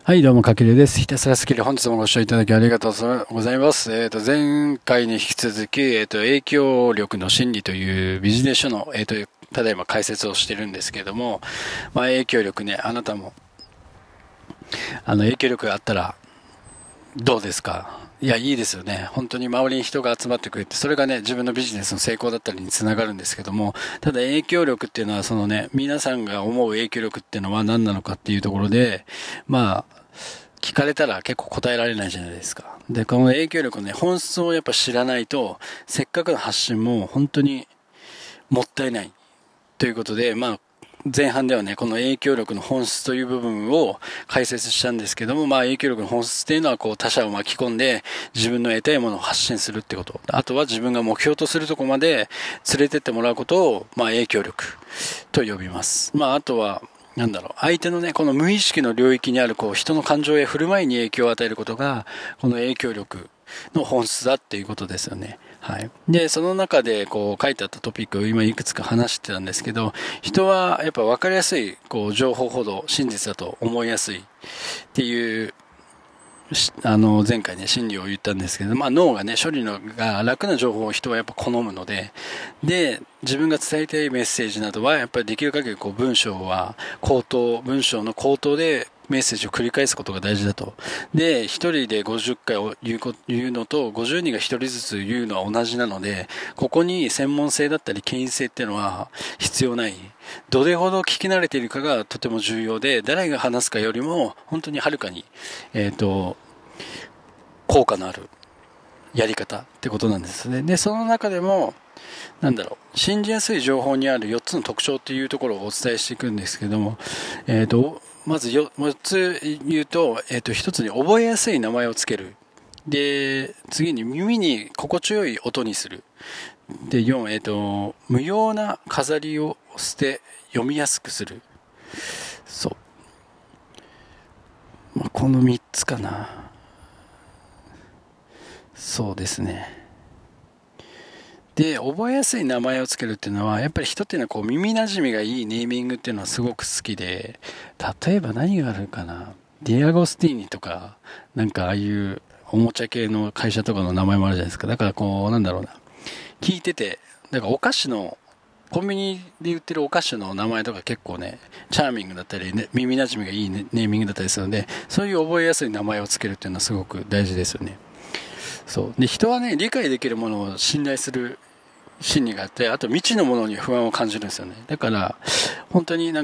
はい、どうも、かけるです。ひたすらスキル、本日もご視聴いただきありがとうございます。前回に引き続き、影響力の心理というビジネス書の、ただいま解説をしてるんですけども、影響力ね、あなたも、影響力があったら、どうですか？いや、いいですよね。本当に周りに人が集まってくれて、それがね、自分のビジネスの成功だったりにつながるんですけども、ただ影響力っていうのは、そのね、皆さんが思う影響力っていうのは何なのかっていうところで、聞かれたら結構答えられないじゃないですか。で、この影響力のね、本質をやっぱ知らないと、せっかくの発信も本当にもったいない。ということで、前半ではね、この影響力の本質という部分を解説したんですけども、影響力の本質っていうのは他者を巻き込んで自分の得たいものを発信するってこと。あとは自分が目標とするところまで連れてってもらうことを、影響力と呼びます。あとは、相手のね、この無意識の領域にある人の感情や振る舞いに影響を与えることが、この影響力の本質だっていうことですよね。はい。で、その中で書いてあったトピックを今いくつか話してたんですけど、人はやっぱ分かりやすい情報ほど真実だと思いやすいっていう前回ね、心理を言ったんですけど、脳がね、処理のが楽な情報を人はやっぱ好むので、で、自分が伝えたいメッセージなどは、やっぱりできる限り文章の口頭でメッセージを繰り返すことが大事だと。で、一人で50回を言うのと、50人が一人ずつ言うのは同じなので、ここに専門性だったり権威性っていうのは必要ない。どれほど聞き慣れているかがとても重要で、誰が話すかよりも、本当にはるかに、効果のあるやり方ってことなんですね。で、その中でも、信じやすい情報にある4つの特徴っていうところをお伝えしていくんですけども、まず4つ言うと、1つに覚えやすい名前をつける。で、次に耳に心地よい音にする。で、4、無用な飾りを捨て読みやすくする。そう。この3つかな。そうですね。で、覚えやすい名前をつけるっていうのは、やっぱり人っていうのは耳馴染みがいいネーミングっていうのはすごく好きで、例えば何があるかな。ディアゴスティーニとか、ああいうおもちゃ系の会社とかの名前もあるじゃないですか。だから聞いてて、お菓子の、コンビニで売ってるお菓子の名前とか結構ね、チャーミングだったり、ね、耳馴染みがいいネーミングだったりするので、そういう覚えやすい名前をつけるっていうのはすごく大事ですよね。そう。で、人はね、理解できるものを信頼する心理があって、あと未知のものに不安を感じるんですよね。だから、本当に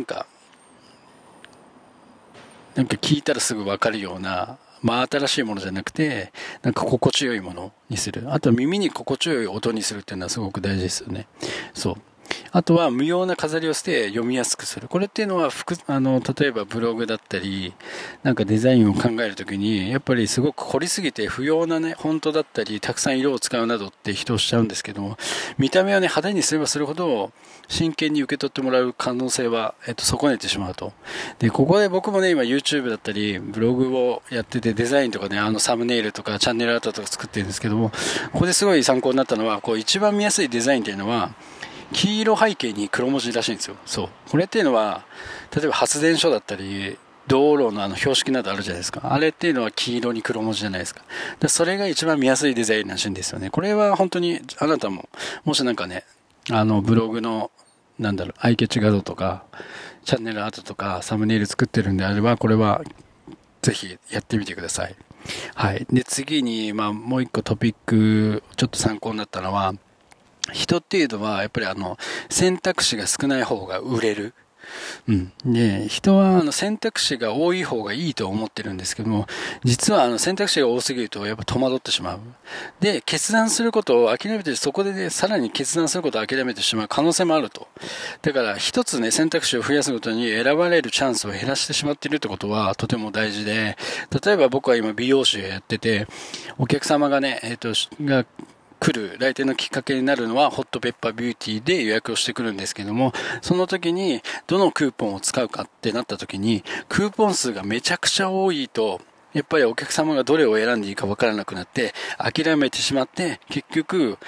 聞いたらすぐわかるような、新しいものじゃなくて、心地よいものにする。あと耳に心地よい音にするっていうのはすごく大事ですよね。そう。あとは無用な飾りを捨て読みやすくする。これっていうのは例えばブログだったり、デザインを考えるときに、やっぱりすごく凝りすぎて不要なね、フォントだったり、たくさん色を使うなどって人をしちゃうんですけども、見た目をね、派手にすればするほど、真剣に受け取ってもらう可能性は、損ねてしまうと。で、ここで僕もね、今 YouTube だったり、ブログをやってて、デザインとかね、サムネイルとかチャンネルアートとか作ってるんですけども、ここですごい参考になったのは、一番見やすいデザインっていうのは、黄色背景に黒文字らしいんですよ。そう。これっていうのは、例えば発電所だったり、道路の標識などあるじゃないですか。あれっていうのは黄色に黒文字じゃないですか。それが一番見やすいデザインらしいんですよね。これは本当に、あなたも、もしブログの、アイキャッチ画像とか、チャンネルアートとか、サムネイル作ってるんであれば、これは、ぜひやってみてください。はい。で、次に、もう一個トピック、ちょっと参考になったのは、人っていうのは、やっぱり選択肢が少ない方が売れる。うん。で、人は選択肢が多い方がいいと思ってるんですけども、実は選択肢が多すぎるとやっぱ戸惑ってしまう。で、決断することを諦めて、そこでね、さらに決断することを諦めてしまう可能性もあると。だから一つね、選択肢を増やすごとに選ばれるチャンスを減らしてしまっているってことはとても大事で、例えば僕は今美容師をやってて、お客様がね、来る来店のきっかけになるのはホットペッパービューティーで予約をしてくるんですけども、その時にどのクーポンを使うかってなった時に、クーポン数がめちゃくちゃ多いと、やっぱりお客様がどれを選んでいいかわからなくなって諦めてしまって、結局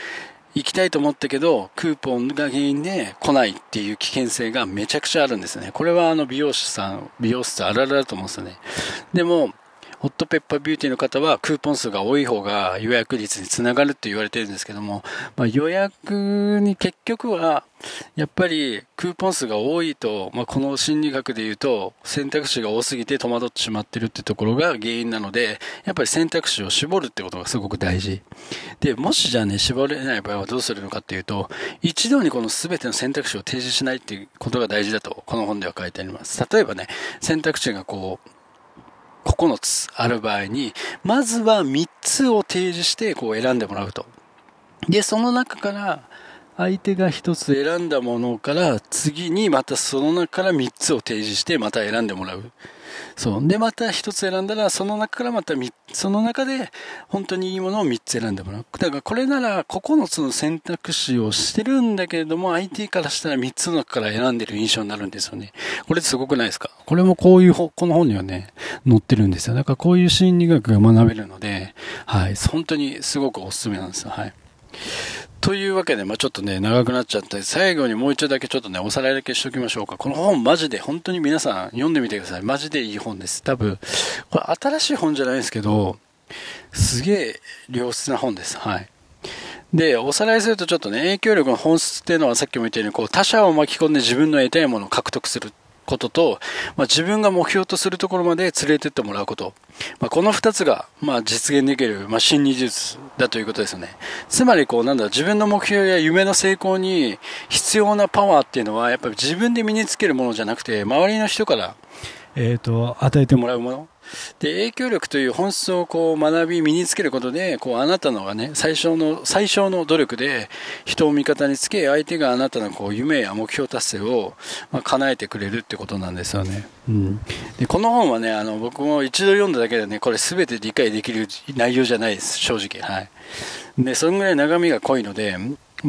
行きたいと思ったけど、クーポンが原因で来ないっていう危険性がめちゃくちゃあるんですね。これは美容師さんあるあるだと思うんですよね。でも、ホットペッパービューティーの方はクーポン数が多い方が予約率につながるって言われてるんですけども、予約に結局はやっぱりクーポン数が多いと、この心理学で言うと選択肢が多すぎて戸惑ってしまってるってところが原因なので、やっぱり選択肢を絞るってことがすごく大事で、もしじゃあね、絞れない場合はどうするのかっていうと、一度にこの全ての選択肢を提示しないっていうことが大事だとこの本では書いてあります。例えばね、選択肢が9つある場合に、まずは3つを提示して選んでもらうと。で、その中から相手が1つ選んだものから次にまたその中から3つを提示してまた選んでもらう。そう。で、また1つ選んだらその中からまたその中で本当にいいものを3つ選んでもらう。だからこれなら9つの選択肢をしてるんだけれども、相手からしたら3つの中から選んでる印象になるんですよね。これすごくないですか？これもこの本にはね、載ってるんですよ。だからこういう心理学が学べるので、はい。本当にすごくおすすめなんですよ。はい。というわけで、ちょっとね、長くなっちゃって、最後にもう一度だけちょっとね、おさらいだけしておきましょうか。この本マジで、本当に皆さん読んでみてください。マジでいい本です。多分、これ新しい本じゃないですけど、すげえ良質な本です。はい。で、おさらいするとちょっとね、影響力の本質っていうのはさっきも言ったように、他者を巻き込んで自分の得たいものを獲得することと、自分が目標とするところまで連れてってもらうこと。この二つが、実現できる、心理術だということですよね。つまり、自分の目標や夢の成功に必要なパワーっていうのは、やっぱり自分で身につけるものじゃなくて、周りの人から、与えてもらうもの。で、影響力という本質を学び身につけることで、あなたのがね、最小の努力で人を味方につけ、相手があなたの夢や目標達成を、叶えてくれるってことなんですよね。うん。で、この本はね、僕も一度読んだだけでね、これ全て理解できる内容じゃないです、正直。はい。で、そのぐらい長みが濃いので、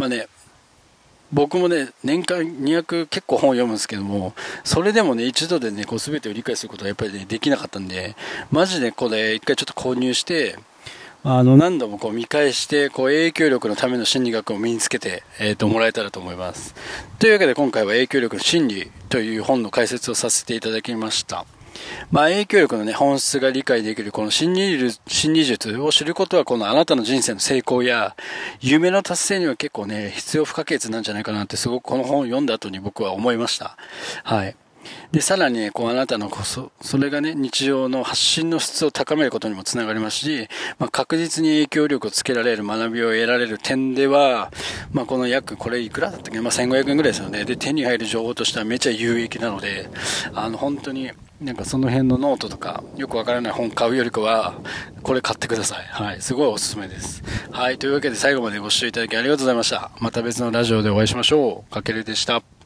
僕もね、年間200結構本を読むんですけども、それでもね、一度でね、全てを理解することはやっぱりね、できなかったんで、マジでこれ一回ちょっと購入して、何度も見返して、影響力のための心理学を身につけて、もらえたらと思います。というわけで今回は影響力の心理という本の解説をさせていただきました。影響力のね、本質が理解できるこの心理術を知ることは、あなたの人生の成功や夢の達成には結構ね、必要不可欠なんじゃないかなってすごくこの本を読んだ後に僕は思いました。はい。で、さらにね、あなたのそれがね、日常の発信の質を高めることにもつながりますし、確実に影響力をつけられる学びを得られる点では、これいくらだったっけ、1500円ぐらいですよね。で、手に入る情報としてはめちゃ有益なので、本当に、その辺のノートとか、よくわからない本買うよりかは、これ買ってください。はい。すごいおすすめです。はい。というわけで最後までご視聴いただきありがとうございました。また別のラジオでお会いしましょう。かけるでした。